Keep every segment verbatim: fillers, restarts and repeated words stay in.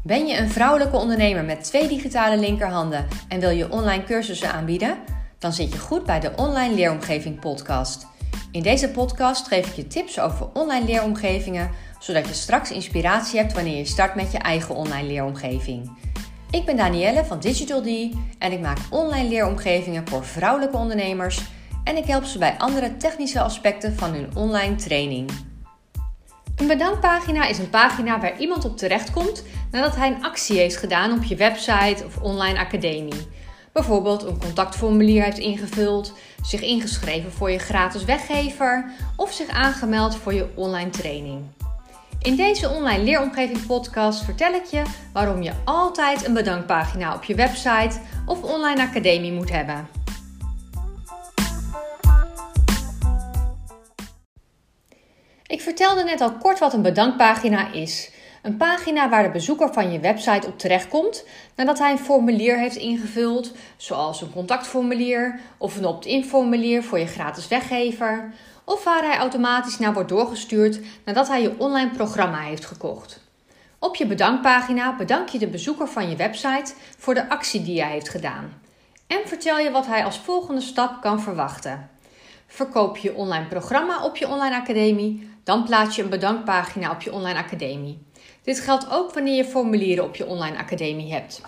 Ben je een vrouwelijke ondernemer met twee digitale linkerhanden en wil je online cursussen aanbieden? Dan zit je goed bij de Online Leeromgeving podcast. In deze podcast geef ik je tips over online leeromgevingen, zodat je straks inspiratie hebt wanneer je start met je eigen online leeromgeving. Ik ben Danielle van Digital D en ik maak online leeromgevingen voor vrouwelijke ondernemers en ik help ze bij andere technische aspecten van hun online training. Een bedankpagina is een pagina waar iemand op terechtkomt nadat hij een actie heeft gedaan op je website of online academie. Bijvoorbeeld een contactformulier heeft ingevuld, zich ingeschreven voor je gratis weggever of zich aangemeld voor je online training. In deze online leeromgeving podcast vertel ik je waarom je altijd een bedankpagina op je website of online academie moet hebben. Ik vertelde net al kort wat een bedankpagina is. Een pagina waar de bezoeker van je website op terechtkomt nadat hij een formulier heeft ingevuld, zoals een contactformulier of een opt-in formulier voor je gratis weggever, of waar hij automatisch naar wordt doorgestuurd nadat hij je online programma heeft gekocht. Op je bedankpagina bedank je de bezoeker van je website voor de actie die hij heeft gedaan en vertel je wat hij als volgende stap kan verwachten. Verkoop je online programma op je online academie, dan plaats je een bedankpagina op je online academie. Dit geldt ook wanneer je formulieren op je online academie hebt.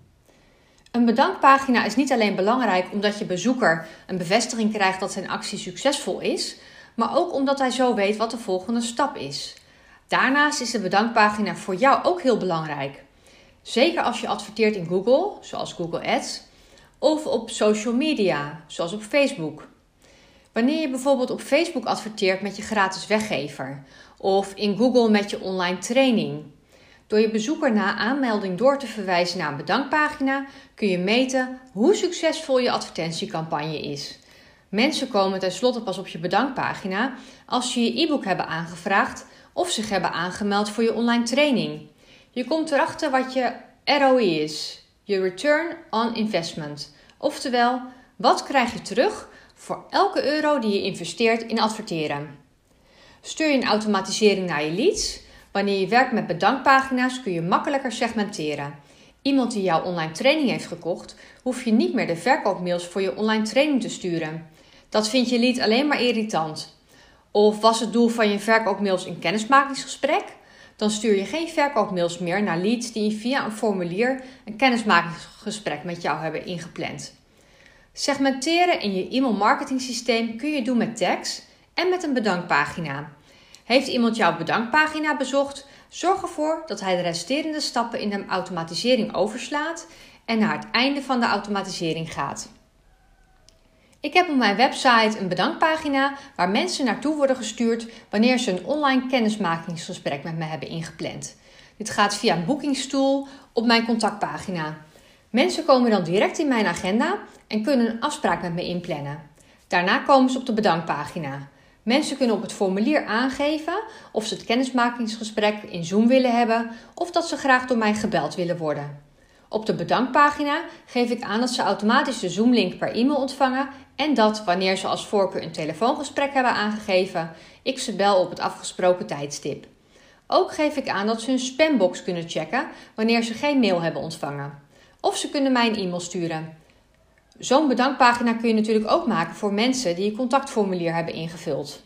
Een bedankpagina is niet alleen belangrijk omdat je bezoeker een bevestiging krijgt dat zijn actie succesvol is, maar ook omdat hij zo weet wat de volgende stap is. Daarnaast is de bedankpagina voor jou ook heel belangrijk. Zeker als je adverteert in Google, zoals Google Ads, of op social media, zoals op Facebook. Wanneer je bijvoorbeeld op Facebook adverteert met je gratis weggever of in Google met je online training. Door je bezoeker na aanmelding door te verwijzen naar een bedankpagina kun je meten hoe succesvol je advertentiecampagne is. Mensen komen tenslotte pas op je bedankpagina als ze je e-book hebben aangevraagd of zich hebben aangemeld voor je online training. Je komt erachter wat je R O I is, je Return on Investment. Oftewel, wat krijg je terug voor elke euro die je investeert in adverteren. Stuur je een automatisering naar je leads? Wanneer je werkt met bedankpagina's kun je makkelijker segmenteren. Iemand die jouw online training heeft gekocht, hoef je niet meer de verkoopmails voor je online training te sturen. Dat vindt je lead alleen maar irritant. Of was het doel van je verkoopmails een kennismakingsgesprek? Dan stuur je geen verkoopmails meer naar leads die via een formulier een kennismakingsgesprek met jou hebben ingepland. Segmenteren in je e-mail marketing systeem kun je doen met tags en met een bedankpagina. Heeft iemand jouw bedankpagina bezocht? Zorg ervoor dat hij de resterende stappen in de automatisering overslaat en naar het einde van de automatisering gaat. Ik heb op mijn website een bedankpagina waar mensen naartoe worden gestuurd wanneer ze een online kennismakingsgesprek met me hebben ingepland. Dit gaat via een boekingstoel op mijn contactpagina. Mensen komen dan direct in mijn agenda en kunnen een afspraak met me inplannen. Daarna komen ze op de bedankpagina. Mensen kunnen op het formulier aangeven of ze het kennismakingsgesprek in Zoom willen hebben of dat ze graag door mij gebeld willen worden. Op de bedankpagina geef ik aan dat ze automatisch de Zoom-link per e-mail ontvangen en dat, wanneer ze als voorkeur een telefoongesprek hebben aangegeven, ik ze bel op het afgesproken tijdstip. Ook geef ik aan dat ze hun spambox kunnen checken wanneer ze geen mail hebben ontvangen. Of ze kunnen mij een e-mail sturen. Zo'n bedankpagina kun je natuurlijk ook maken voor mensen die een contactformulier hebben ingevuld.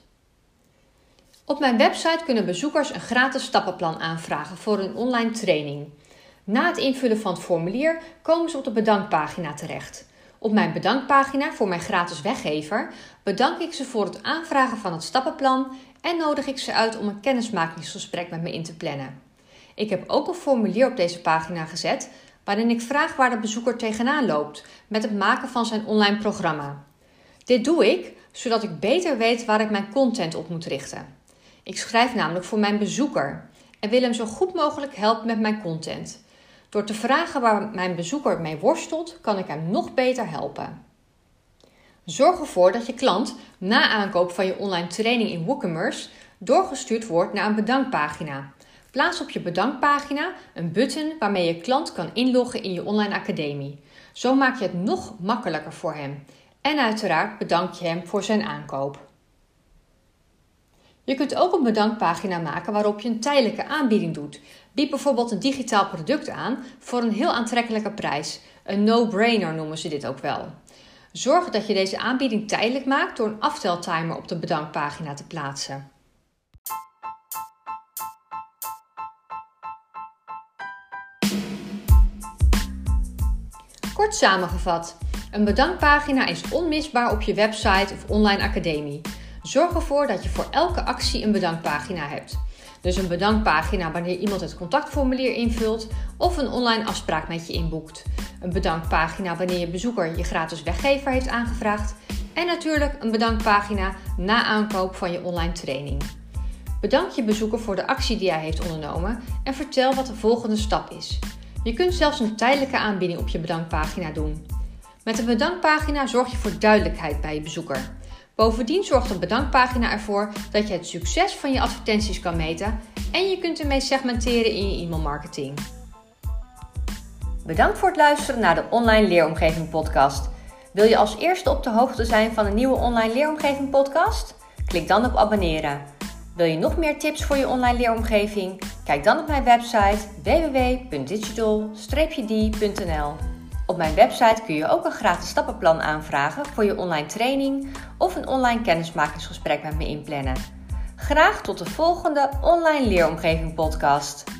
Op mijn website kunnen bezoekers een gratis stappenplan aanvragen voor een online training. Na het invullen van het formulier komen ze op de bedankpagina terecht. Op mijn bedankpagina voor mijn gratis weggever bedank ik ze voor het aanvragen van het stappenplan en nodig ik ze uit om een kennismakingsgesprek met me in te plannen. Ik heb ook een formulier op deze pagina gezet waarin ik vraag waar de bezoeker tegenaan loopt met het maken van zijn online programma. Dit doe ik zodat ik beter weet waar ik mijn content op moet richten. Ik schrijf namelijk voor mijn bezoeker en wil hem zo goed mogelijk helpen met mijn content. Door te vragen waar mijn bezoeker mee worstelt, kan ik hem nog beter helpen. Zorg ervoor dat je klant na aankoop van je online training in WooCommerce doorgestuurd wordt naar een bedankpagina. Plaats op je bedankpagina een button waarmee je klant kan inloggen in je online academie. Zo maak je het nog makkelijker voor hem. En uiteraard bedank je hem voor zijn aankoop. Je kunt ook een bedankpagina maken waarop je een tijdelijke aanbieding doet. Bied bijvoorbeeld een digitaal product aan voor een heel aantrekkelijke prijs. Een no-brainer noemen ze dit ook wel. Zorg dat je deze aanbieding tijdelijk maakt door een afteltimer op de bedankpagina te plaatsen. Kort samengevat, een bedankpagina is onmisbaar op je website of online academie. Zorg ervoor dat je voor elke actie een bedankpagina hebt. Dus een bedankpagina wanneer iemand het contactformulier invult of een online afspraak met je inboekt. Een bedankpagina wanneer je bezoeker je gratis weggever heeft aangevraagd. En natuurlijk een bedankpagina na aankoop van je online training. Bedank je bezoeker voor de actie die hij heeft ondernomen en vertel wat de volgende stap is. Je kunt zelfs een tijdelijke aanbieding op je bedankpagina doen. Met een bedankpagina zorg je voor duidelijkheid bij je bezoeker. Bovendien zorgt een bedankpagina ervoor dat je het succes van je advertenties kan meten en je kunt ermee segmenteren in je e-mailmarketing. Bedankt voor het luisteren naar de Online Leeromgeving podcast. Wil je als eerste op de hoogte zijn van een nieuwe Online Leeromgeving podcast? Klik dan op abonneren. Wil je nog meer tips voor je online leeromgeving? Kijk dan op mijn website w w w punt digital dash d punt n l. Op mijn website kun je ook een gratis stappenplan aanvragen voor je online training of een online kennismakingsgesprek met me inplannen. Graag tot de volgende Online Leeromgeving podcast.